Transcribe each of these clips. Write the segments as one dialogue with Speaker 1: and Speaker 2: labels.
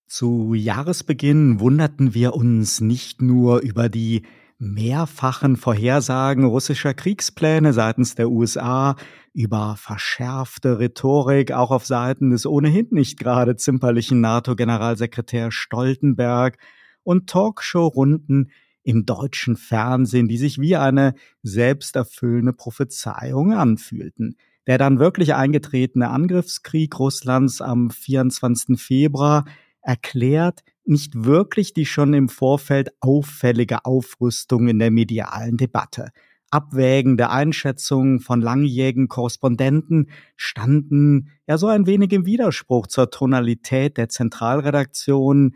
Speaker 1: Zu Jahresbeginn wunderten wir uns nicht nur über die mehrfachen Vorhersagen russischer Kriegspläne seitens der USA, über verschärfte Rhetorik auch auf Seiten des ohnehin nicht gerade zimperlichen NATO-Generalsekretär Stoltenberg und Talkshow-Runden im deutschen Fernsehen, die sich wie eine selbsterfüllende Prophezeiung anfühlten. Der dann wirklich eingetretene Angriffskrieg Russlands am 24. Februar erklärt nicht wirklich die schon im Vorfeld auffällige Aufrüstung in der medialen Debatte. Abwägende Einschätzungen von langjährigen Korrespondenten standen ja so ein wenig im Widerspruch zur Tonalität der Zentralredaktion.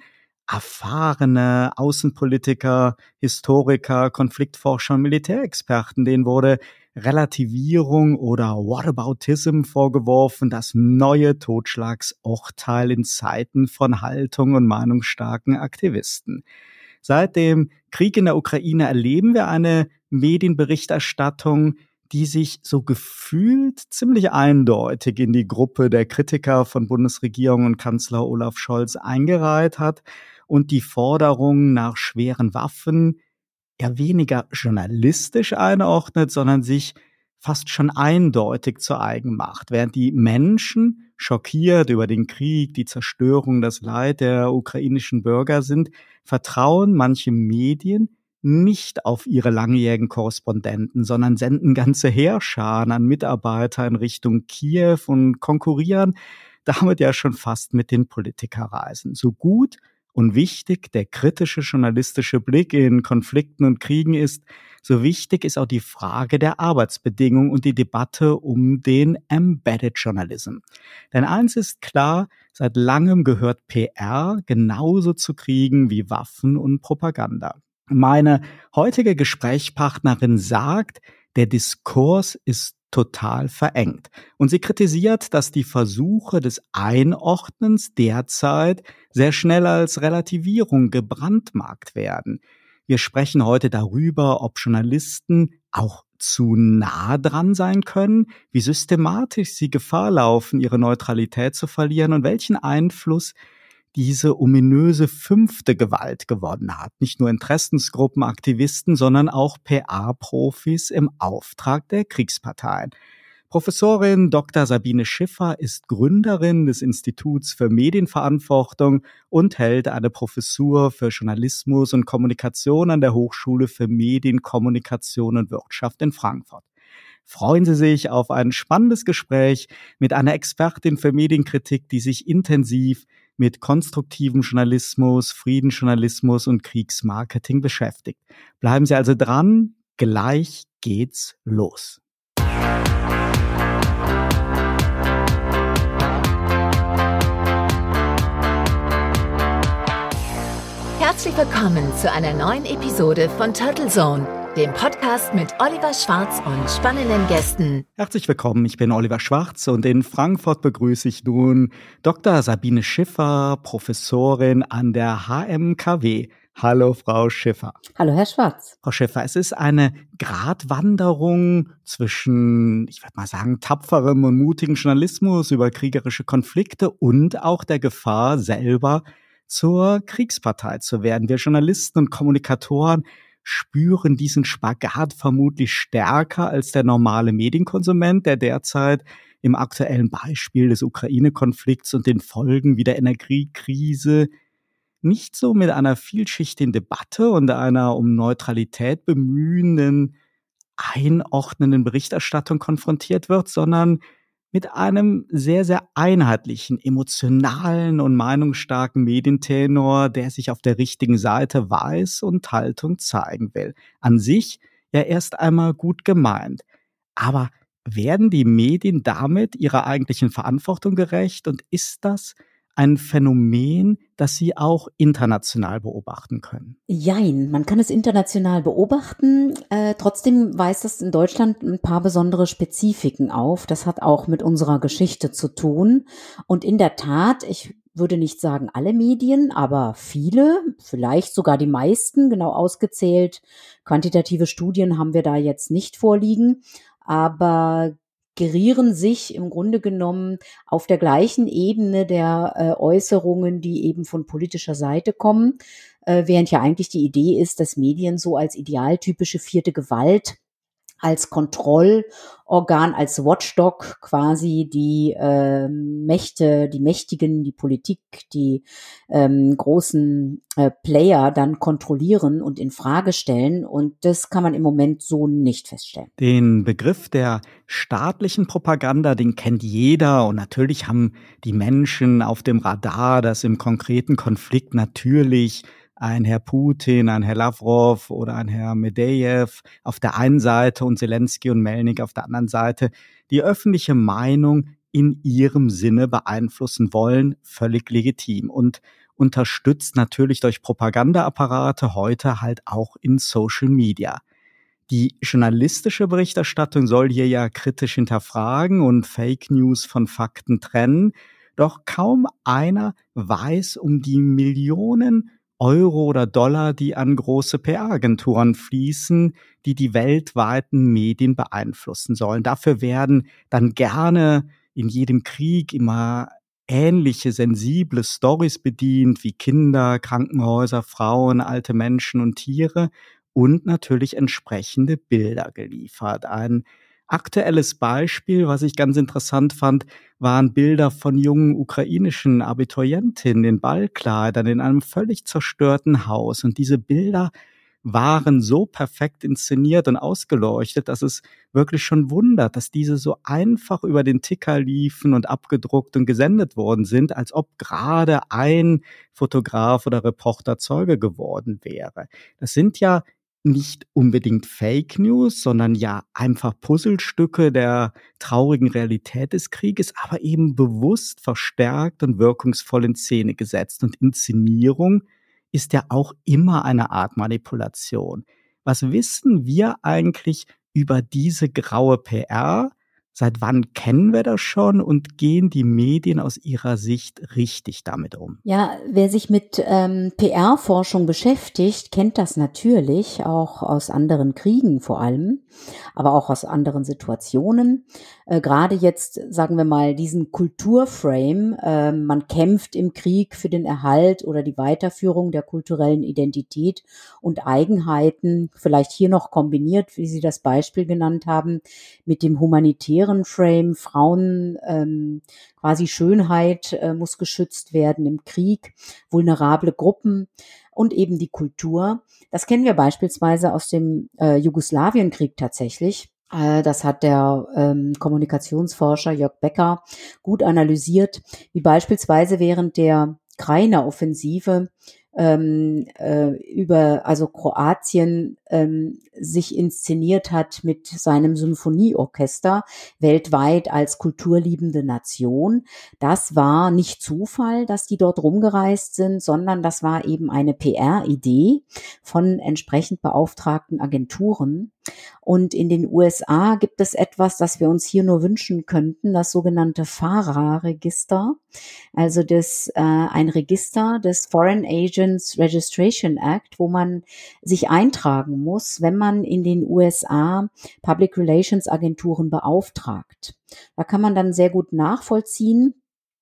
Speaker 1: Erfahrene Außenpolitiker, Historiker, Konfliktforscher und Militärexperten, denen wurde Relativierung oder Whataboutism vorgeworfen, das neue Totschlagsurteil in Zeiten von Haltung und meinungsstarken Aktivisten. Seit dem Krieg in der Ukraine erleben wir eine Medienberichterstattung, die sich so gefühlt ziemlich eindeutig in die Gruppe der Kritiker von Bundesregierung und Kanzler Olaf Scholz eingereiht hat und die Forderung nach schweren Waffen ja weniger journalistisch einordnet, sondern sich fast schon eindeutig zu eigen macht. Während die Menschen schockiert über den Krieg, die Zerstörung, das Leid der ukrainischen Bürger sind, vertrauen manche Medien nicht auf ihre langjährigen Korrespondenten, sondern senden ganze Heerscharen an Mitarbeiter in Richtung Kiew und konkurrieren damit ja schon fast mit den Politikerreisen. So gut und wichtig der kritische journalistische Blick in Konflikten und Kriegen ist, so wichtig ist auch die Frage der Arbeitsbedingungen und die Debatte um den Embedded Journalism. Denn eins ist klar, seit langem gehört PR genauso zu Kriegen wie Waffen und Propaganda. Meine heutige Gesprächspartnerin sagt, der Diskurs ist total verengt. Und sie kritisiert, dass die Versuche des Einordnens derzeit sehr schnell als Relativierung gebrandmarkt werden. Wir sprechen heute darüber, ob Journalisten auch zu nah dran sein können, wie systematisch sie Gefahr laufen, ihre Neutralität zu verlieren und welchen Einfluss diese ominöse fünfte Gewalt gewonnen hat. Nicht nur Interessensgruppen, Aktivisten, sondern auch PR-Profis im Auftrag der Kriegsparteien. Professorin Dr. Sabine Schiffer ist Gründerin des Instituts für Medienverantwortung und hält eine Professur für Journalismus und Kommunikation an der Hochschule für Medien, Kommunikation und Wirtschaft in Frankfurt. Freuen Sie sich auf ein spannendes Gespräch mit einer Expertin für Medienkritik, die sich intensiv mit konstruktivem Journalismus, Friedensjournalismus und Kriegsmarketing beschäftigt. Bleiben Sie also dran, gleich geht's los.
Speaker 2: Herzlich willkommen zu einer neuen Episode von Turtle Zone, dem Podcast mit Oliver Schwarz und spannenden Gästen.
Speaker 1: Herzlich willkommen, ich bin Oliver Schwarz und in Frankfurt begrüße ich nun Dr. Sabine Schiffer, Professorin an der HMKW. Hallo, Frau Schiffer.
Speaker 3: Hallo, Herr Schwarz.
Speaker 1: Frau Schiffer, es ist eine Gratwanderung zwischen, ich würde mal sagen, tapferem und mutigem Journalismus über kriegerische Konflikte und auch der Gefahr, selber zur Kriegspartei zu werden. Wir Journalisten und Kommunikatoren spüren diesen Spagat vermutlich stärker als der normale Medienkonsument, der derzeit im aktuellen Beispiel des Ukraine-Konflikts und den Folgen wie der Energiekrise nicht so mit einer vielschichtigen Debatte und einer um Neutralität bemühenden, einordnenden Berichterstattung konfrontiert wird, sondern mit einem sehr, sehr einheitlichen, emotionalen und meinungsstarken Medientenor, der sich auf der richtigen Seite weiß und Haltung zeigen will. An sich ja erst einmal gut gemeint. Aber werden die Medien damit ihrer eigentlichen Verantwortung gerecht? Und ist das ein Phänomen, das Sie auch international beobachten können?
Speaker 3: Jein, man kann es international beobachten. Trotzdem weist es in Deutschland ein paar besondere Spezifiken auf. Das hat auch mit unserer Geschichte zu tun. Und in der Tat, ich würde nicht sagen alle Medien, aber viele, vielleicht sogar die meisten, genau ausgezählt. Quantitative Studien haben wir da jetzt nicht vorliegen. Aber gerieren sich im Grunde genommen auf der gleichen Ebene der Äußerungen, die eben von politischer Seite kommen, während ja eigentlich die Idee ist, dass Medien so als idealtypische vierte Gewalt, als Kontrollorgan, als Watchdog quasi die Mächte, die Mächtigen, die Politik, die großen Player dann kontrollieren und in Frage stellen. Und das kann man im Moment so nicht feststellen.
Speaker 1: Den Begriff der staatlichen Propaganda, den kennt jeder. Und natürlich haben die Menschen auf dem Radar, dass im konkreten Konflikt natürlich ein Herr Putin, ein Herr Lavrov oder ein Herr Medvedev auf der einen Seite und Zelensky und Melnik auf der anderen Seite die öffentliche Meinung in ihrem Sinne beeinflussen wollen, völlig legitim und unterstützt natürlich durch Propagandaapparate heute halt auch in Social Media. Die journalistische Berichterstattung soll hier ja kritisch hinterfragen und Fake News von Fakten trennen, doch kaum einer weiß um die Millionen Euro oder Dollar, die an große PR-Agenturen fließen, die die weltweiten Medien beeinflussen sollen. Dafür werden dann gerne in jedem Krieg immer ähnliche sensible Storys bedient, wie Kinder, Krankenhäuser, Frauen, alte Menschen und Tiere und natürlich entsprechende Bilder geliefert. Ein aktuelles Beispiel, was ich ganz interessant fand, waren Bilder von jungen ukrainischen Abiturientinnen in Ballkleidern in einem völlig zerstörten Haus. Und diese Bilder waren so perfekt inszeniert und ausgeleuchtet, dass es wirklich schon wundert, dass diese so einfach über den Ticker liefen und abgedruckt und gesendet worden sind, als ob gerade ein Fotograf oder Reporter Zeuge geworden wäre. Das sind ja nicht unbedingt Fake News, sondern ja einfach Puzzlestücke der traurigen Realität des Krieges, aber eben bewusst verstärkt und wirkungsvoll in Szene gesetzt. Und Inszenierung ist ja auch immer eine Art Manipulation. Was wissen wir eigentlich über diese graue PR? Seit wann kennen wir das schon und gehen die Medien aus ihrer Sicht richtig damit um?
Speaker 3: Ja, wer sich mit PR-Forschung beschäftigt, kennt das natürlich, auch aus anderen Kriegen vor allem, aber auch aus anderen Situationen. Gerade jetzt, sagen wir mal, diesen Kulturframe, man kämpft im Krieg für den Erhalt oder die Weiterführung der kulturellen Identität und Eigenheiten, vielleicht hier noch kombiniert, wie Sie das Beispiel genannt haben, mit dem humanitären Frame, Frauen, quasi Schönheit muss geschützt werden im Krieg, vulnerable Gruppen und eben die Kultur. Das kennen wir beispielsweise aus dem Jugoslawienkrieg tatsächlich. Das hat der Kommunikationsforscher Jörg Becker gut analysiert, wie beispielsweise während der Krajina-Offensive also Kroatien sich inszeniert hat mit seinem Symphonieorchester weltweit als kulturliebende Nation. Das war nicht Zufall, dass die dort rumgereist sind, sondern das war eben eine PR-Idee von entsprechend beauftragten Agenturen. Und in den USA gibt es etwas, das wir uns hier nur wünschen könnten, das sogenannte FARA-Register. Also ein Register des Foreign Agents Registration Act, wo man sich eintragen muss, wenn man in den USA Public Relations Agenturen beauftragt. Da kann man dann sehr gut nachvollziehen,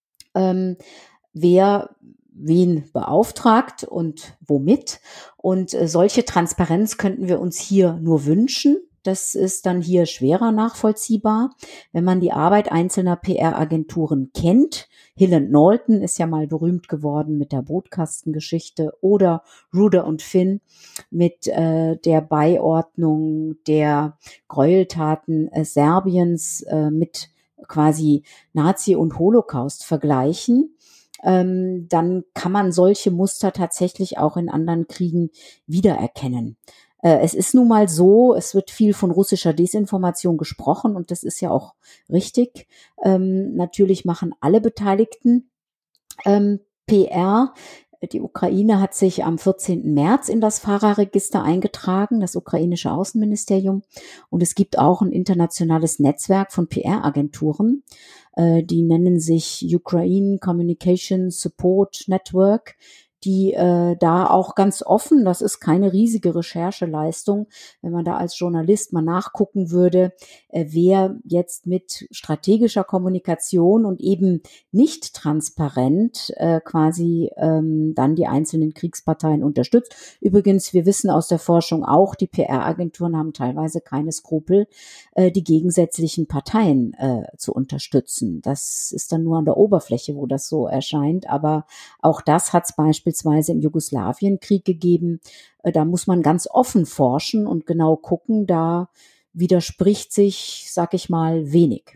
Speaker 3: wer wen beauftragt und womit. Und solche Transparenz könnten wir uns hier nur wünschen. Das ist dann hier schwerer nachvollziehbar, wenn man die Arbeit einzelner PR-Agenturen kennt. Hill & Knowlton ist ja mal berühmt geworden mit der Brutkastengeschichte oder Ruder und Finn mit der Beiordnung der Gräueltaten Serbiens mit quasi Nazi- und Holocaust vergleichen. Dann kann man solche Muster tatsächlich auch in anderen Kriegen wiedererkennen. Es ist nun mal so, es wird viel von russischer Desinformation gesprochen und das ist ja auch richtig. Natürlich machen alle Beteiligten PR. Die Ukraine hat sich am 14. März in das FARA-Register eingetragen, das ukrainische Außenministerium. Und es gibt auch ein internationales Netzwerk von PR-Agenturen. Die nennen sich Ukraine Communication Support Network. die da auch ganz offen, das ist keine riesige Rechercheleistung, wenn man da als Journalist mal nachgucken würde, wer jetzt mit strategischer Kommunikation und eben nicht transparent quasi dann die einzelnen Kriegsparteien unterstützt. Übrigens, wir wissen aus der Forschung auch, die PR-Agenturen haben teilweise keine Skrupel, die gegensätzlichen Parteien zu unterstützen. Das ist dann nur an der Oberfläche, wo das so erscheint. Aber auch das hat es beispielsweise im Jugoslawienkrieg gegeben. Da muss man ganz offen forschen und genau gucken. Da widerspricht sich, sag ich mal, wenig.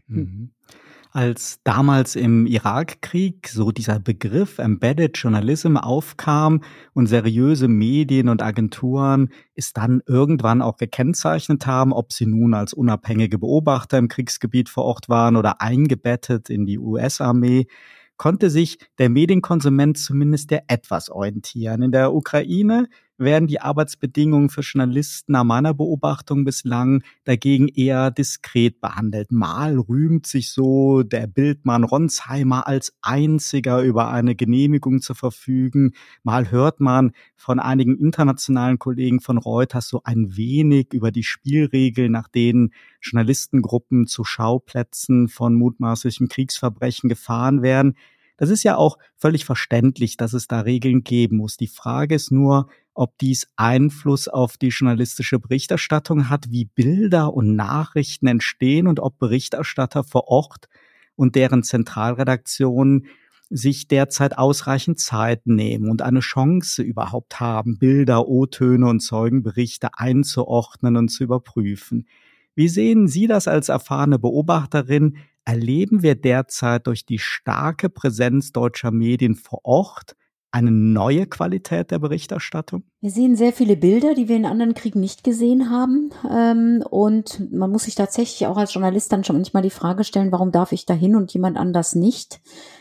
Speaker 1: Als damals im Irakkrieg so dieser Begriff Embedded Journalism aufkam und seriöse Medien und Agenturen es dann irgendwann auch gekennzeichnet haben, ob sie nun als unabhängige Beobachter im Kriegsgebiet vor Ort waren oder eingebettet in die US-Armee, konnte sich der Medienkonsument zumindest ja etwas orientieren. In der Ukraine werden die Arbeitsbedingungen für Journalisten nach meiner Beobachtung bislang dagegen eher diskret behandelt. Mal rühmt sich so der Bildmann Ronsheimer als einziger über eine Genehmigung zu verfügen. Mal hört man von einigen internationalen Kollegen von Reuters so ein wenig über die Spielregeln, nach denen Journalistengruppen zu Schauplätzen von mutmaßlichen Kriegsverbrechen gefahren werden. Das ist ja auch völlig verständlich, dass es da Regeln geben muss. Die Frage ist nur, ob dies Einfluss auf die journalistische Berichterstattung hat, wie Bilder und Nachrichten entstehen und ob Berichterstatter vor Ort und deren Zentralredaktionen sich derzeit ausreichend Zeit nehmen und eine Chance überhaupt haben, Bilder, O-Töne und Zeugenberichte einzuordnen und zu überprüfen. Wie sehen Sie das als erfahrene Beobachterin? Erleben wir derzeit durch die starke Präsenz deutscher Medien vor Ort eine neue Qualität der Berichterstattung?
Speaker 3: Wir sehen sehr viele Bilder, die wir in anderen Kriegen nicht gesehen haben. Und man muss sich tatsächlich auch als Journalist dann schon manchmal die Frage stellen, warum darf ich da hin und jemand anders nicht?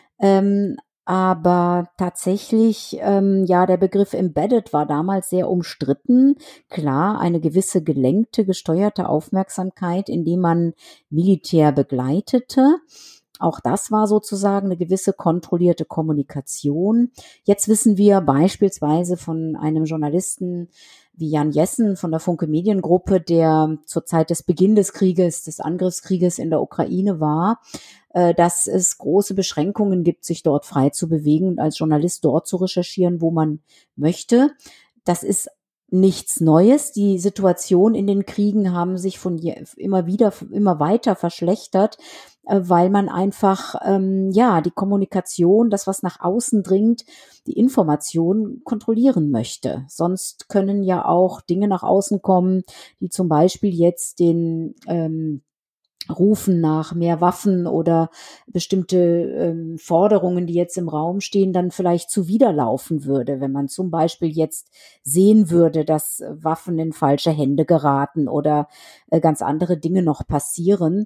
Speaker 3: Aber tatsächlich, ja, der Begriff Embedded war damals sehr umstritten. Klar, eine gewisse gelenkte, gesteuerte Aufmerksamkeit, indem man Militär begleitete. Auch das war sozusagen eine gewisse kontrollierte Kommunikation. Jetzt wissen wir beispielsweise von einem Journalisten wie Jan Jessen von der Funke Mediengruppe, der zur Zeit des Beginns des Krieges, des Angriffskrieges in der Ukraine war, dass es große Beschränkungen gibt, sich dort frei zu bewegen und als Journalist dort zu recherchieren, wo man möchte. Das ist nichts Neues. Die Situation in den Kriegen haben sich immer weiter verschlechtert, weil man einfach die Kommunikation, das was nach außen dringt, die Information kontrollieren möchte. Sonst können ja auch Dinge nach außen kommen, die zum Beispiel jetzt den Rufen nach mehr Waffen oder bestimmte Forderungen, die jetzt im Raum stehen, dann vielleicht zuwiderlaufen würde, wenn man zum Beispiel jetzt sehen würde, dass Waffen in falsche Hände geraten oder ganz andere Dinge noch passieren.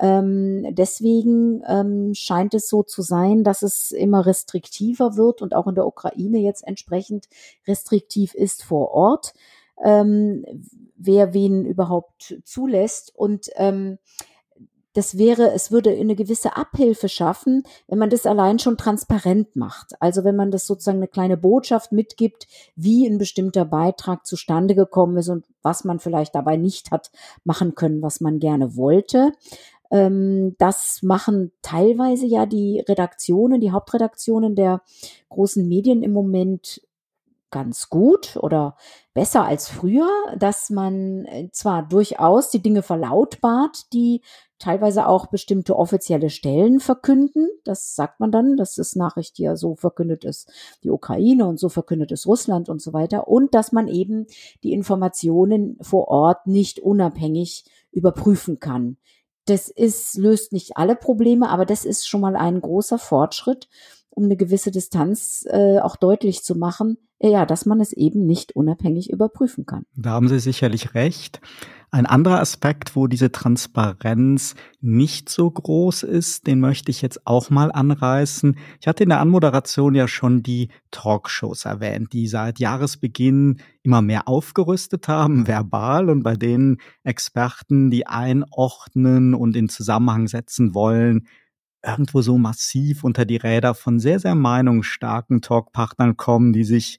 Speaker 3: Deswegen scheint es so zu sein, dass es immer restriktiver wird und auch in der Ukraine jetzt entsprechend restriktiv ist vor Ort, wer wen überhaupt zulässt und es würde eine gewisse Abhilfe schaffen, wenn man das allein schon transparent macht. Also wenn man das sozusagen eine kleine Botschaft mitgibt, wie ein bestimmter Beitrag zustande gekommen ist und was man vielleicht dabei nicht hat machen können, was man gerne wollte. Das machen teilweise ja die Hauptredaktionen der großen Medien im Moment ganz gut oder besser als früher, dass man zwar durchaus die Dinge verlautbart, die teilweise auch bestimmte offizielle Stellen verkünden. Das sagt man dann, dass das Nachricht hier so verkündet ist, die Ukraine und so verkündet ist Russland und so weiter. Und dass man eben die Informationen vor Ort nicht unabhängig überprüfen kann. Löst nicht alle Probleme, aber das ist schon mal ein großer Fortschritt, um eine gewisse Distanz auch deutlich zu machen, dass man es eben nicht unabhängig überprüfen kann.
Speaker 1: Da haben Sie sicherlich recht. Ein anderer Aspekt, wo diese Transparenz nicht so groß ist, den möchte ich jetzt auch mal anreißen. Ich hatte in der Anmoderation ja schon die Talkshows erwähnt, die seit Jahresbeginn immer mehr aufgerüstet haben, verbal, und bei denen Experten, die einordnen und in Zusammenhang setzen wollen, irgendwo so massiv unter die Räder von sehr, sehr meinungsstarken Talkpartnern kommen, die sich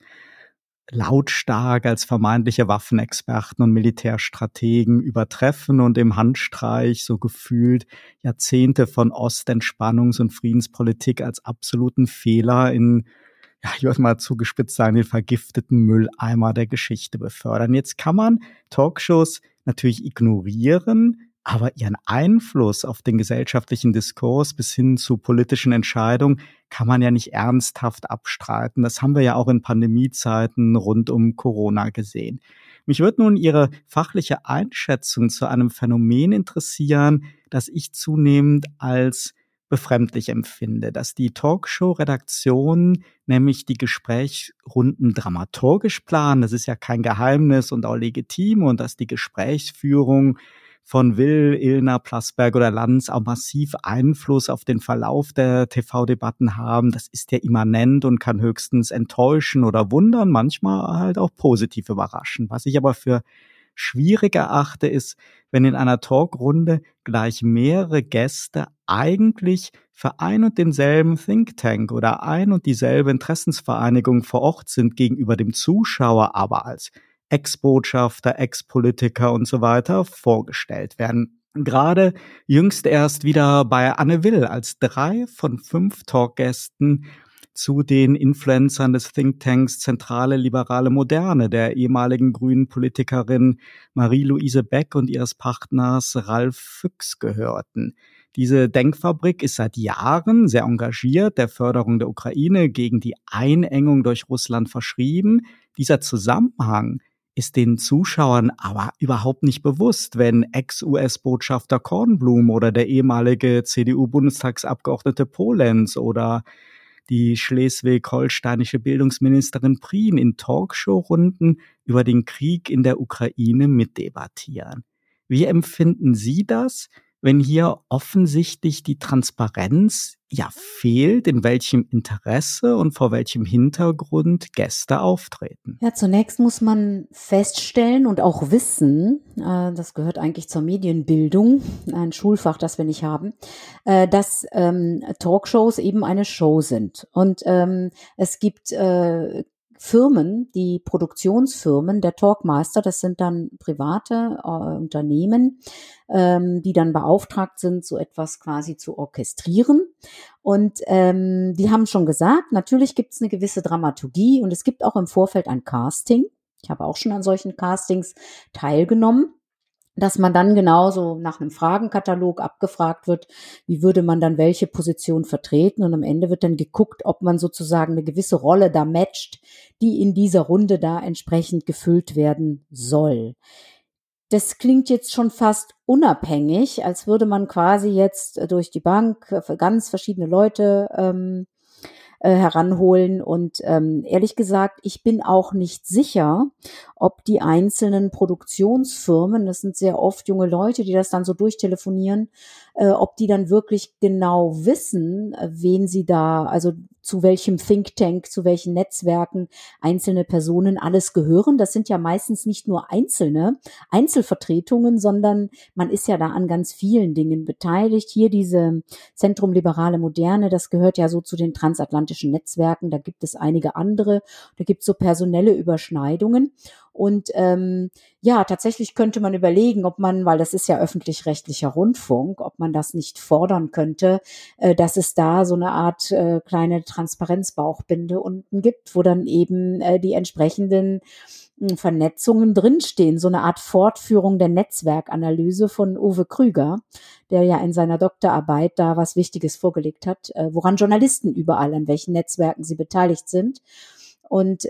Speaker 1: lautstark als vermeintliche Waffenexperten und Militärstrategen übertreffen und im Handstreich so gefühlt Jahrzehnte von Ostentspannungs- und Friedenspolitik als absoluten Fehler in, ja, ich würde mal zugespitzt sagen, den vergifteten Mülleimer der Geschichte befördern. Jetzt kann man Talkshows natürlich ignorieren, aber ihren Einfluss auf den gesellschaftlichen Diskurs bis hin zu politischen Entscheidungen kann man ja nicht ernsthaft abstreiten. Das haben wir ja auch in Pandemiezeiten rund um Corona gesehen. Mich würde nun Ihre fachliche Einschätzung zu einem Phänomen interessieren, das ich zunehmend als befremdlich empfinde, dass die Talkshow-Redaktionen nämlich die Gesprächsrunden dramaturgisch planen. Das ist ja kein Geheimnis und auch legitim, und dass die Gesprächsführung von Will, Illner, Plasberg oder Lanz auch massiv Einfluss auf den Verlauf der TV-Debatten haben. Das ist ja immanent und kann höchstens enttäuschen oder wundern, manchmal halt auch positiv überraschen. Was ich aber für schwierig erachte, ist, wenn in einer Talkrunde gleich mehrere Gäste eigentlich für ein und denselben Think Tank oder ein und dieselbe Interessensvereinigung vor Ort sind gegenüber dem Zuschauer, aber als Ex-Botschafter, Ex-Politiker und so weiter vorgestellt werden. Gerade jüngst erst wieder bei Anne Will, als 3 von 5 Talkgästen zu den Influencern des Thinktanks Zentrale Liberale Moderne, der ehemaligen grünen Politikerin Marie-Louise Beck und ihres Partners Ralf Füchs gehörten. Diese Denkfabrik ist seit Jahren sehr engagiert der Förderung der Ukraine gegen die Einengung durch Russland verschrieben. Dieser Zusammenhang ist den Zuschauern aber überhaupt nicht bewusst, wenn Ex-US-Botschafter Kornblum oder der ehemalige CDU-Bundestagsabgeordnete Polenz oder die schleswig-holsteinische Bildungsministerin Prien in Talkshow-Runden über den Krieg in der Ukraine mitdebattieren. Wie empfinden Sie das, wenn hier offensichtlich die Transparenz ja fehlt, in welchem Interesse und vor welchem Hintergrund Gäste auftreten?
Speaker 3: Ja, zunächst muss man feststellen und auch wissen, das gehört eigentlich zur Medienbildung, ein Schulfach, das wir nicht haben, dass Talkshows eben eine Show sind. Und es gibt Firmen, die Produktionsfirmen, der Talkmaster, das sind dann private Unternehmen, die dann beauftragt sind, so etwas quasi zu orchestrieren. Und die haben schon gesagt, natürlich gibt es eine gewisse Dramaturgie und es gibt auch im Vorfeld ein Casting. Ich habe auch schon an solchen Castings teilgenommen, dass man dann genauso nach einem Fragenkatalog abgefragt wird, wie würde man dann welche Position vertreten, und am Ende wird dann geguckt, ob man sozusagen eine gewisse Rolle da matcht, die in dieser Runde da entsprechend gefüllt werden soll. Das klingt jetzt schon fast unabhängig, als würde man quasi jetzt durch die Bank für ganz verschiedene Leute heranholen. Und ehrlich gesagt, ich bin auch nicht sicher, ob die einzelnen Produktionsfirmen, das sind sehr oft junge Leute, die das dann so durchtelefonieren, ob die dann wirklich genau wissen, wen sie da, also zu welchem Think Tank, zu welchen Netzwerken einzelne Personen alles gehören. Das sind ja meistens nicht nur Einzelvertretungen, sondern man ist ja da an ganz vielen Dingen beteiligt. Hier diese Zentrum Liberale Moderne, das gehört ja so zu den transatlantischen Netzwerken. Da gibt es einige andere. Da gibt es so personelle Überschneidungen. Und ja, tatsächlich könnte man überlegen, ob man, weil das ist ja öffentlich-rechtlicher Rundfunk, ob man das nicht fordern könnte, dass es da so eine Art kleine Transparenzbauchbinde unten gibt, wo dann eben die entsprechenden Vernetzungen drinstehen. So eine Art Fortführung der Netzwerkanalyse von Uwe Krüger, der ja in seiner Doktorarbeit da was Wichtiges vorgelegt hat, woran Journalisten überall, an welchen Netzwerken sie beteiligt sind. Und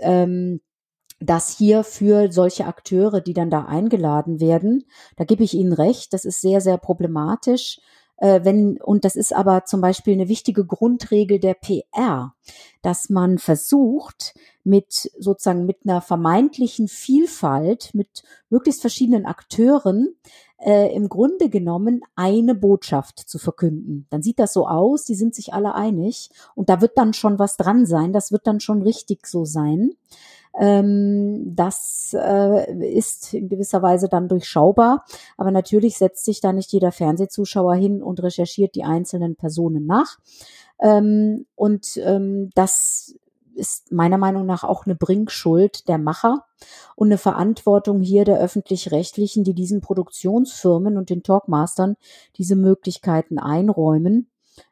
Speaker 3: das hier für solche Akteure, die dann da eingeladen werden, da gebe ich Ihnen recht, das ist sehr, sehr problematisch. Und das ist aber zum Beispiel eine wichtige Grundregel der PR, dass man versucht, mit einer vermeintlichen Vielfalt, mit möglichst verschiedenen Akteuren, im Grunde genommen eine Botschaft zu verkünden. Dann sieht das so aus, die sind sich alle einig und da wird dann schon was dran sein, das wird dann schon richtig so sein. Das ist in gewisser Weise dann durchschaubar, aber natürlich setzt sich da nicht jeder Fernsehzuschauer hin und recherchiert die einzelnen Personen nach. Das ist meiner Meinung nach auch eine Bringschuld der Macher und eine Verantwortung hier der Öffentlich-Rechtlichen, die diesen Produktionsfirmen und den Talkmastern diese Möglichkeiten einräumen,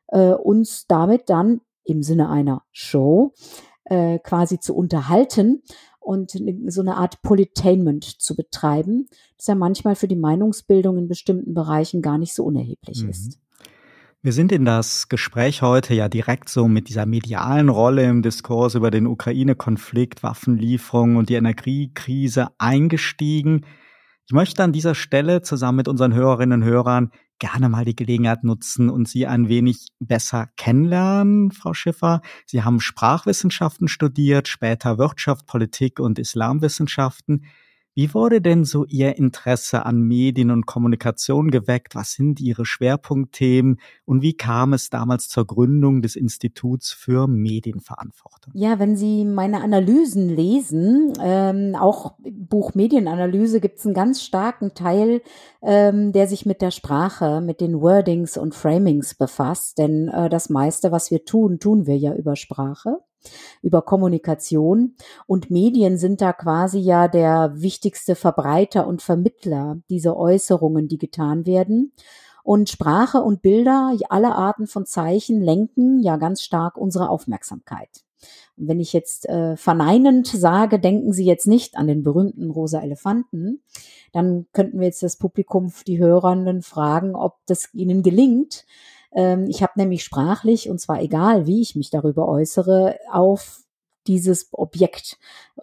Speaker 3: uns damit dann im Sinne einer Show quasi zu unterhalten und so eine Art Politainment zu betreiben, das ja manchmal für die Meinungsbildung in bestimmten Bereichen gar nicht so unerheblich ist.
Speaker 1: Wir sind in das Gespräch heute ja direkt so mit dieser medialen Rolle im Diskurs über den Ukraine-Konflikt, Waffenlieferungen und die Energiekrise eingestiegen. Ich möchte an dieser Stelle zusammen mit unseren Hörerinnen und Hörern gerne mal die Gelegenheit nutzen und Sie ein wenig besser kennenlernen, Frau Schiffer. Sie haben Sprachwissenschaften studiert, später Wirtschaft, Politik und Islamwissenschaften. Wie wurde denn so Ihr Interesse an Medien und Kommunikation geweckt? Was sind Ihre Schwerpunktthemen und wie kam es damals zur Gründung des Instituts für Medienverantwortung?
Speaker 3: Ja, wenn Sie meine Analysen lesen, auch Buch Medienanalyse, gibt es einen ganz starken Teil, der sich mit der Sprache, mit den Wordings und Framings befasst. Denn das meiste, was wir tun, tun wir ja über Sprache, über Kommunikation. Und Medien sind da quasi ja der wichtigste Verbreiter und Vermittler dieser Äußerungen, die getan werden. Und Sprache und Bilder, alle Arten von Zeichen lenken ja ganz stark unsere Aufmerksamkeit. Und wenn ich jetzt verneinend sage, denken Sie jetzt nicht an den berühmten rosa Elefanten, dann könnten wir jetzt das Publikum, die Hörenden fragen, ob das ihnen gelingt. Ich habe nämlich sprachlich, und zwar egal, wie ich mich darüber äußere, auf dieses Objekt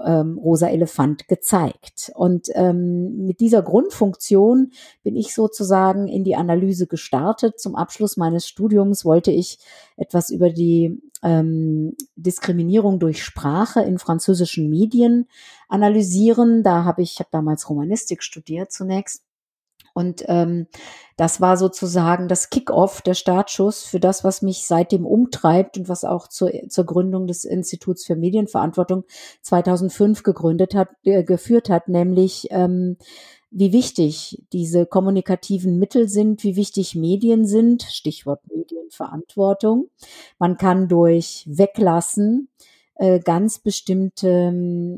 Speaker 3: rosa Elefant gezeigt. Und mit dieser Grundfunktion bin ich sozusagen in die Analyse gestartet. Zum Abschluss meines Studiums wollte ich etwas über die Diskriminierung durch Sprache in französischen Medien analysieren. Ich habe damals Romanistik studiert zunächst. Und das war sozusagen das Kick-off, der Startschuss für das, was mich seitdem umtreibt und was auch zur Gründung des Instituts für Medienverantwortung 2005 geführt hat, nämlich wie wichtig diese kommunikativen Mittel sind, wie wichtig Medien sind, Stichwort Medienverantwortung. Man kann durch Weglassen ganz bestimmte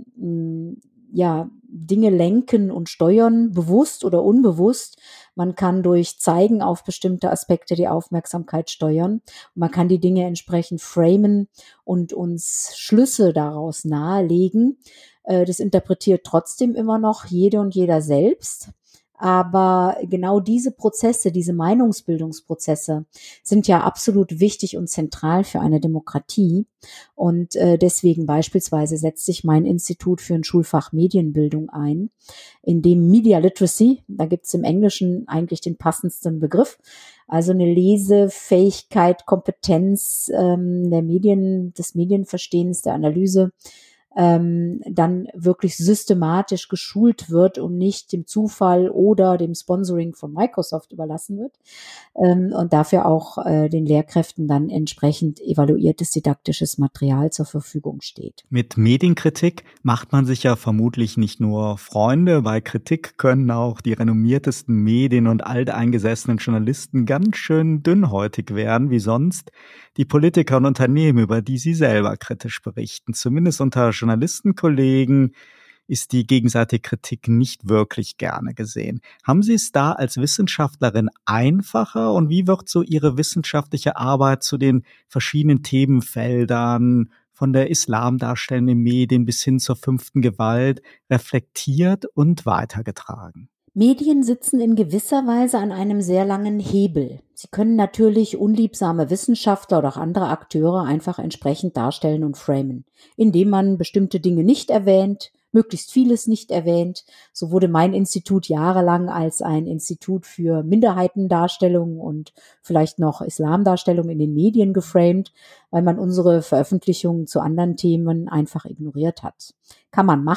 Speaker 3: Dinge lenken und steuern, bewusst oder unbewusst. Man kann durch Zeigen auf bestimmte Aspekte die Aufmerksamkeit steuern. Und man kann die Dinge entsprechend framen und uns Schlüsse daraus nahelegen. Das interpretiert trotzdem immer noch jede und jeder selbst. Aber genau diese Prozesse, diese Meinungsbildungsprozesse sind ja absolut wichtig und zentral für eine Demokratie. Und deswegen beispielsweise setzt sich mein Institut für ein Schulfach Medienbildung ein, in dem Media Literacy, da gibt es im Englischen eigentlich den passendsten Begriff, also eine Lesefähigkeit, Kompetenz der Medien, des Medienverstehens, der Analyse, dann wirklich systematisch geschult wird und nicht dem Zufall oder dem Sponsoring von Microsoft überlassen wird, und dafür auch den Lehrkräften dann entsprechend evaluiertes didaktisches Material zur Verfügung steht.
Speaker 1: Mit Medienkritik macht man sich ja vermutlich nicht nur Freunde, bei Kritik können auch die renommiertesten Medien und alteingesessenen Journalisten ganz schön dünnhäutig werden, wie sonst die Politiker und Unternehmen, über die sie selber kritisch berichten. Zumindest unter Journalistenkollegen ist die gegenseitige Kritik nicht wirklich gerne gesehen. Haben Sie es da als Wissenschaftlerin einfacher und wie wird so Ihre wissenschaftliche Arbeit zu den verschiedenen Themenfeldern von der islamdarstellenden Medien bis hin zur 5. Gewalt reflektiert und weitergetragen?
Speaker 3: Medien sitzen in gewisser Weise an einem sehr langen Hebel. Sie können natürlich unliebsame Wissenschaftler oder auch andere Akteure einfach entsprechend darstellen und framen, indem man bestimmte Dinge nicht erwähnt, möglichst vieles nicht erwähnt. So wurde mein Institut jahrelang als ein Institut für Minderheitendarstellung und vielleicht noch Islamdarstellung in den Medien geframed, weil man unsere Veröffentlichungen zu anderen Themen einfach ignoriert hat. Kann man machen.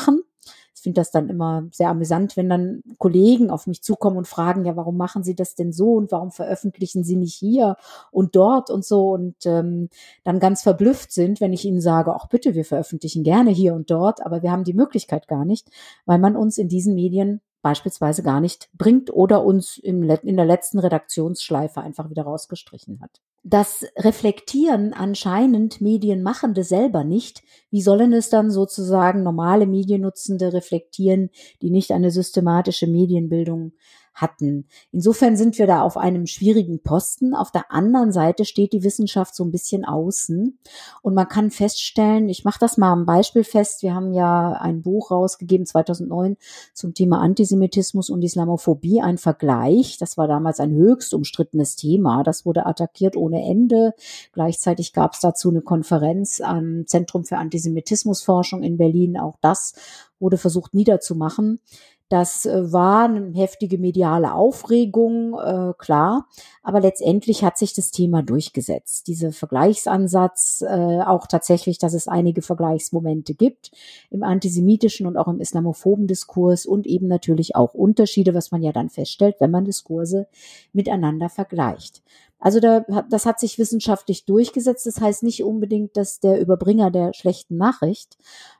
Speaker 3: Ich finde das dann immer sehr amüsant, wenn dann Kollegen auf mich zukommen und fragen, ja, warum machen Sie das denn so und warum veröffentlichen Sie nicht hier und dort und so und dann ganz verblüfft sind, wenn ich ihnen sage, ach bitte, wir veröffentlichen gerne hier und dort, aber wir haben die Möglichkeit gar nicht, weil man uns in diesen Medien beispielsweise gar nicht bringt oder uns in der letzten Redaktionsschleife einfach wieder rausgestrichen hat. Das reflektieren anscheinend Medienmachende selber nicht. Wie sollen es dann sozusagen normale Mediennutzende reflektieren, die nicht eine systematische Medienbildung hatten? Insofern sind wir da auf einem schwierigen Posten. Auf der anderen Seite steht die Wissenschaft so ein bisschen außen und man kann feststellen, ich mache das mal am Beispiel fest, wir haben ja ein Buch rausgegeben 2009 zum Thema Antisemitismus und Islamophobie, ein Vergleich. Das war damals ein höchst umstrittenes Thema. Das wurde attackiert ohne Ende. Gleichzeitig gab es dazu eine Konferenz am Zentrum für Antisemitismusforschung in Berlin. Auch das wurde versucht niederzumachen. Das war eine heftige mediale Aufregung, klar, aber letztendlich hat sich das Thema durchgesetzt. Dieser Vergleichsansatz, auch tatsächlich, dass es einige Vergleichsmomente gibt im antisemitischen und auch im islamophoben Diskurs und eben natürlich auch Unterschiede, was man ja dann feststellt, wenn man Diskurse miteinander vergleicht. Also das hat sich wissenschaftlich durchgesetzt. Das heißt nicht unbedingt, dass der Überbringer der schlechten Nachricht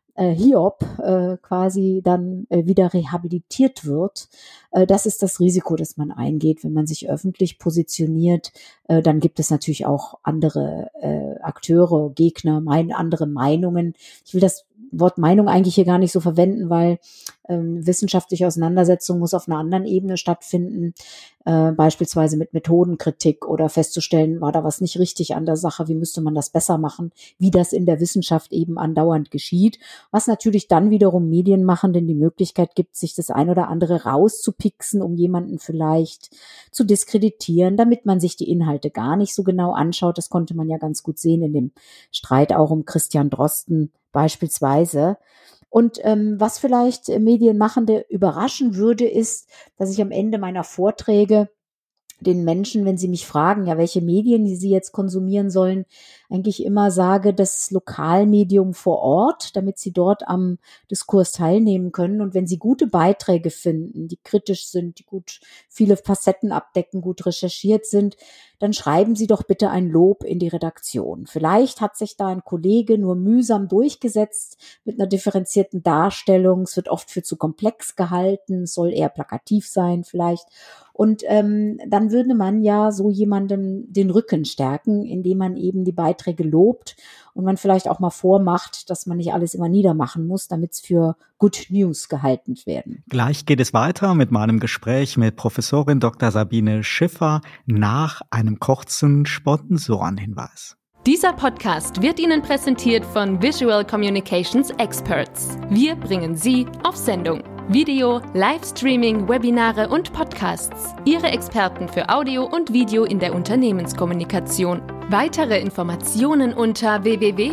Speaker 3: Hiob quasi dann wieder rehabilitiert wird. Das ist das Risiko, das man eingeht, wenn man sich öffentlich positioniert. Dann gibt es natürlich auch andere Akteure, Gegner, andere Meinungen. Ich will das Wort Meinung eigentlich hier gar nicht so verwenden, weil wissenschaftliche Auseinandersetzung muss auf einer anderen Ebene stattfinden, beispielsweise mit Methodenkritik oder festzustellen, war da was nicht richtig an der Sache, wie müsste man das besser machen, wie das in der Wissenschaft eben andauernd geschieht, was natürlich dann wiederum Medienmachenden die Möglichkeit gibt, sich das ein oder andere rauszupixen, um jemanden vielleicht zu diskreditieren, damit man sich die Inhalte gar nicht so genau anschaut. Das konnte man ja ganz gut sehen in dem Streit auch um Christian Drosten beispielsweise. Und was vielleicht Medienmachende überraschen würde, ist, dass ich am Ende meiner Vorträge den Menschen, wenn sie mich fragen, ja, welche Medien sie jetzt konsumieren sollen, eigentlich immer sage, das Lokalmedium vor Ort, damit sie dort am Diskurs teilnehmen können. Und wenn sie gute Beiträge finden, die kritisch sind, die gut viele Facetten abdecken, gut recherchiert sind, dann schreiben Sie doch bitte ein Lob in die Redaktion. Vielleicht hat sich da ein Kollege nur mühsam durchgesetzt mit einer differenzierten Darstellung. Es wird oft für zu komplex gehalten, es soll eher plakativ sein vielleicht. Und dann würde man ja so jemandem den Rücken stärken, indem man eben die Beiträge lobt und man vielleicht auch mal vormacht, dass man nicht alles immer niedermachen muss, damit es für Good News gehalten werden.
Speaker 1: Gleich geht es weiter mit meinem Gespräch mit Professorin Dr. Sabine Schiffer nach einem kurzen Sponsorenhinweis.
Speaker 4: Dieser Podcast wird Ihnen präsentiert von Visual Communications Experts. Wir bringen Sie auf Sendung. Video, Livestreaming, Webinare und Podcasts. Ihre Experten für Audio und Video in der Unternehmenskommunikation. Weitere Informationen unter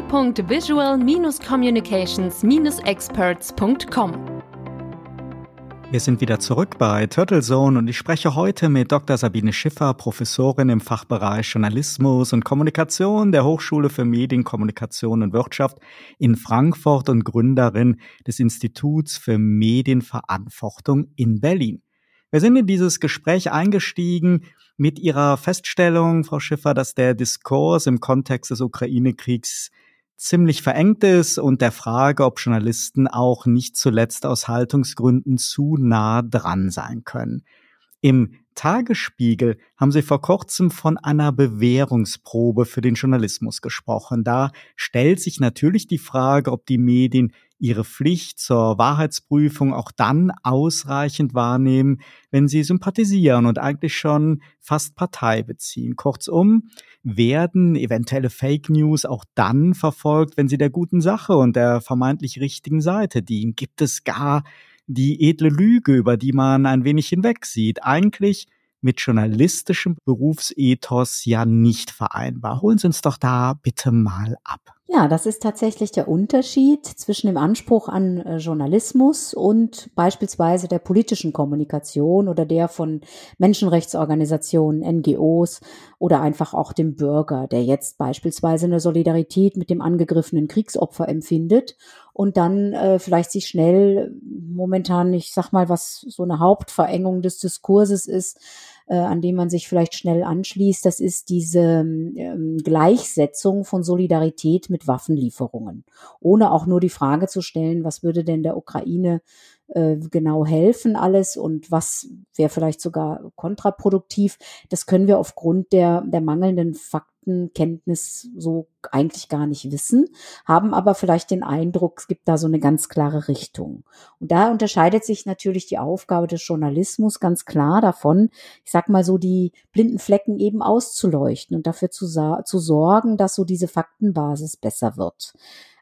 Speaker 4: www.visual-communications-experts.com.
Speaker 1: Wir sind wieder zurück bei Turtle Zone und ich spreche heute mit Dr. Sabine Schiffer, Professorin im Fachbereich Journalismus und Kommunikation der Hochschule für Medien, Kommunikation und Wirtschaft in Frankfurt und Gründerin des Instituts für Medienverantwortung in Berlin. Wir sind in dieses Gespräch eingestiegen mit Ihrer Feststellung, Frau Schiffer, dass der Diskurs im Kontext des Ukraine-Kriegs ziemlich verengt ist und der Frage, ob Journalisten auch nicht zuletzt aus Haltungsgründen zu nah dran sein können. Im Tagesspiegel haben Sie vor kurzem von einer Bewährungsprobe für den Journalismus gesprochen. Da stellt sich natürlich die Frage, ob die Medien ihre Pflicht zur Wahrheitsprüfung auch dann ausreichend wahrnehmen, wenn sie sympathisieren und eigentlich schon fast Partei beziehen. Kurzum, werden eventuelle Fake News auch dann verfolgt, wenn sie der guten Sache und der vermeintlich richtigen Seite dienen? Gibt es gar die edle Lüge, über die man ein wenig hinwegsieht? Eigentlich mit journalistischem Berufsethos ja nicht vereinbar. Holen Sie uns doch da bitte mal ab.
Speaker 3: Ja, das ist tatsächlich der Unterschied zwischen dem Anspruch an Journalismus und beispielsweise der politischen Kommunikation oder der von Menschenrechtsorganisationen, NGOs oder einfach auch dem Bürger, der jetzt beispielsweise eine Solidarität mit dem angegriffenen Kriegsopfer empfindet und dann vielleicht sich schnell momentan, ich sag mal, was so eine Hauptverengung des Diskurses ist, an dem man sich vielleicht schnell anschließt, das ist diese Gleichsetzung von Solidarität mit Waffenlieferungen, ohne auch nur die Frage zu stellen, was würde denn der Ukraine genau helfen alles und was wäre vielleicht sogar kontraproduktiv. Das können wir aufgrund der mangelnden Faktenkenntnis so eigentlich gar nicht wissen, haben aber vielleicht den Eindruck, es gibt da so eine ganz klare Richtung. Und da unterscheidet sich natürlich die Aufgabe des Journalismus ganz klar davon, ich sag mal so, die blinden Flecken eben auszuleuchten und dafür zu sorgen, dass so diese Faktenbasis besser wird.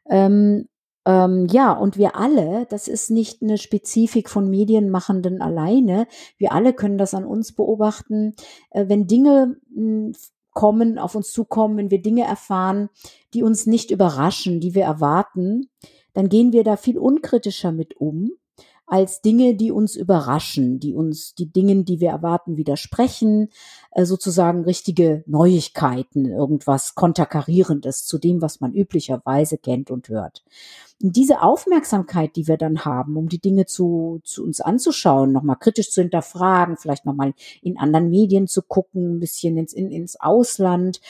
Speaker 3: Ja, und wir alle, das ist nicht eine Spezifik von Medienmachenden alleine, wir alle können das an uns beobachten, wenn Dinge kommen, auf uns zukommen, wenn wir Dinge erfahren, die uns nicht überraschen, die wir erwarten, dann gehen wir da viel unkritischer mit um, als Dinge, die uns überraschen, die uns die Dingen, die wir erwarten, widersprechen, sozusagen richtige Neuigkeiten, irgendwas Konterkarierendes zu dem, was man üblicherweise kennt und hört. Und diese Aufmerksamkeit, die wir dann haben, um die Dinge zu uns anzuschauen, nochmal kritisch zu hinterfragen, vielleicht nochmal in anderen Medien zu gucken, ein bisschen ins Ausland,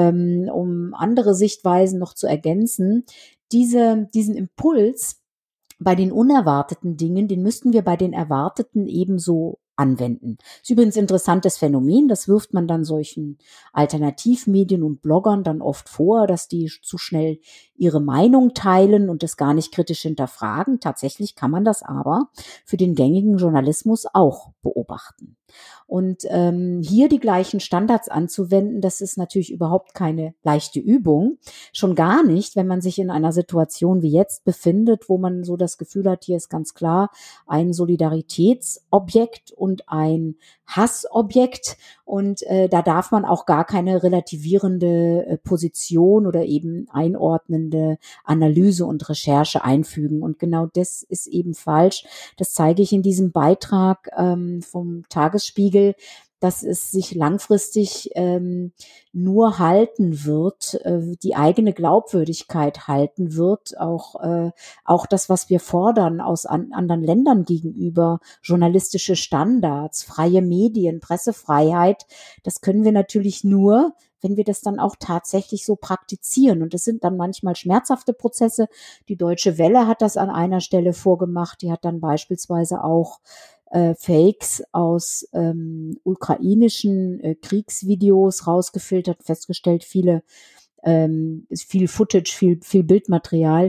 Speaker 3: um andere Sichtweisen noch zu ergänzen, diesen Impuls, bei den unerwarteten Dingen, den müssten wir bei den erwarteten ebenso anwenden. Ist übrigens ein interessantes Phänomen, das wirft man dann solchen Alternativmedien und Bloggern dann oft vor, dass die zu schnell ihre Meinung teilen und das gar nicht kritisch hinterfragen. Tatsächlich kann man das aber für den gängigen Journalismus auch beobachten. Und hier die gleichen Standards anzuwenden, das ist natürlich überhaupt keine leichte Übung. Schon gar nicht, wenn man sich in einer Situation wie jetzt befindet, wo man so das Gefühl hat, hier ist ganz klar ein Solidaritätsobjekt und ein Hassobjekt. Und da darf man auch gar keine relativierende Position oder eben einordnende Analyse und Recherche einfügen. Und genau das ist eben falsch. Das zeige ich in diesem Beitrag vom Tagesspiegel, dass es sich langfristig nur halten wird, die eigene Glaubwürdigkeit halten wird, auch das, was wir fordern aus anderen Ländern gegenüber, journalistische Standards, freie Medien, Pressefreiheit, das können wir natürlich nur, wenn wir das dann auch tatsächlich so praktizieren. Und das sind dann manchmal schmerzhafte Prozesse. Die Deutsche Welle hat das an einer Stelle vorgemacht. Die hat dann beispielsweise auch Fakes aus ukrainischen Kriegsvideos rausgefiltert, festgestellt, viel Footage, viel Bildmaterial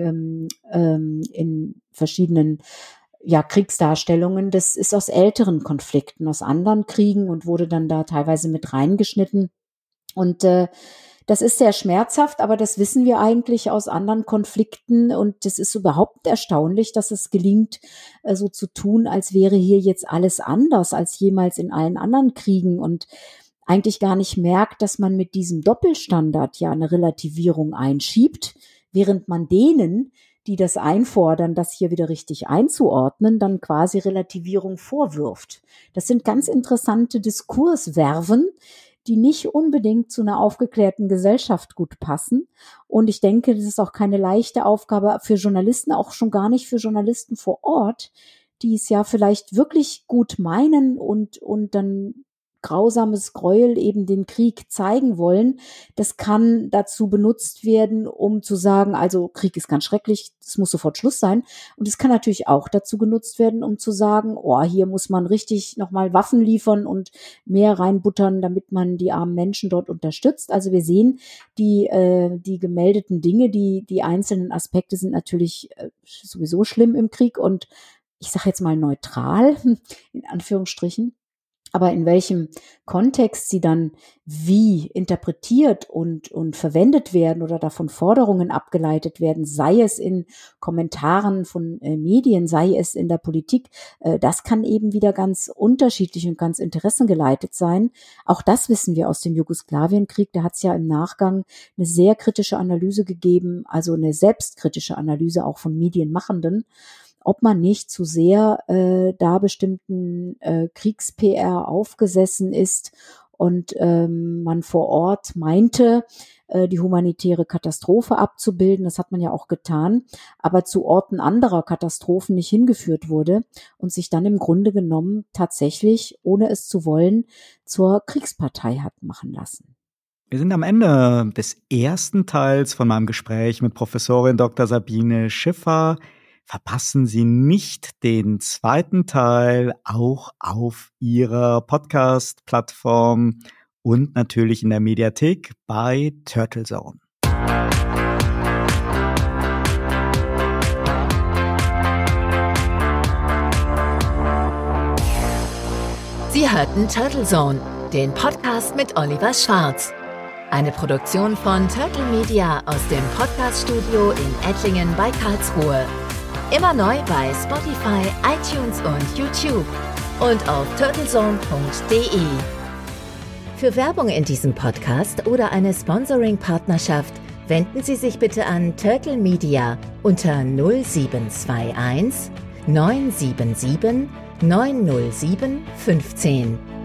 Speaker 3: in verschiedenen Kriegsdarstellungen. Das ist aus älteren Konflikten, aus anderen Kriegen und wurde dann da teilweise mit reingeschnitten. Und das ist sehr schmerzhaft, aber das wissen wir eigentlich aus anderen Konflikten und das ist überhaupt erstaunlich, dass es gelingt, so zu tun, als wäre hier jetzt alles anders als jemals in allen anderen Kriegen und eigentlich gar nicht merkt, dass man mit diesem Doppelstandard ja eine Relativierung einschiebt, während man denen, die das einfordern, das hier wieder richtig einzuordnen, dann quasi Relativierung vorwirft. Das sind ganz interessante Diskursverven, die nicht unbedingt zu einer aufgeklärten Gesellschaft gut passen. Und ich denke, das ist auch keine leichte Aufgabe für Journalisten, auch schon gar nicht für Journalisten vor Ort, die es ja vielleicht wirklich gut meinen und dann grausames Gräuel eben den Krieg zeigen wollen. Das kann dazu benutzt werden, um zu sagen, also Krieg ist ganz schrecklich, es muss sofort Schluss sein. Und es kann natürlich auch dazu genutzt werden, um zu sagen, oh, hier muss man richtig nochmal Waffen liefern und mehr reinbuttern, damit man die armen Menschen dort unterstützt. Also wir sehen, die gemeldeten Dinge, die einzelnen Aspekte sind natürlich sowieso schlimm im Krieg und ich sage jetzt mal neutral, in Anführungsstrichen. Aber in welchem Kontext sie dann wie interpretiert und verwendet werden oder davon Forderungen abgeleitet werden, sei es in Kommentaren von Medien, sei es in der Politik, das kann eben wieder ganz unterschiedlich und ganz interessengeleitet sein. Auch das wissen wir aus dem Jugoslawienkrieg. Da hat es ja im Nachgang eine sehr kritische Analyse gegeben, also eine selbstkritische Analyse auch von Medienmachenden, ob man nicht zu sehr da bestimmten Kriegs-PR aufgesessen ist und man vor Ort meinte, die humanitäre Katastrophe abzubilden. Das hat man ja auch getan, aber zu Orten anderer Katastrophen nicht hingeführt wurde und sich dann im Grunde genommen tatsächlich, ohne es zu wollen, zur Kriegspartei hat machen lassen.
Speaker 1: Wir sind am Ende des ersten Teils von meinem Gespräch mit Professorin Dr. Sabine Schiffer. Verpassen Sie nicht den zweiten Teil auch auf Ihrer Podcast-Plattform und natürlich in der Mediathek bei Turtle Zone.
Speaker 2: Sie hörten Turtle Zone, den Podcast mit Oliver Schwarz. Eine Produktion von Turtle Media aus dem Podcast-Studio in Ettlingen bei Karlsruhe. Immer neu bei Spotify, iTunes und YouTube und auf turtlezone.de. Für Werbung in diesem Podcast oder eine Sponsoring-Partnerschaft wenden Sie sich bitte an Turtle Media unter 0721 977 907 15.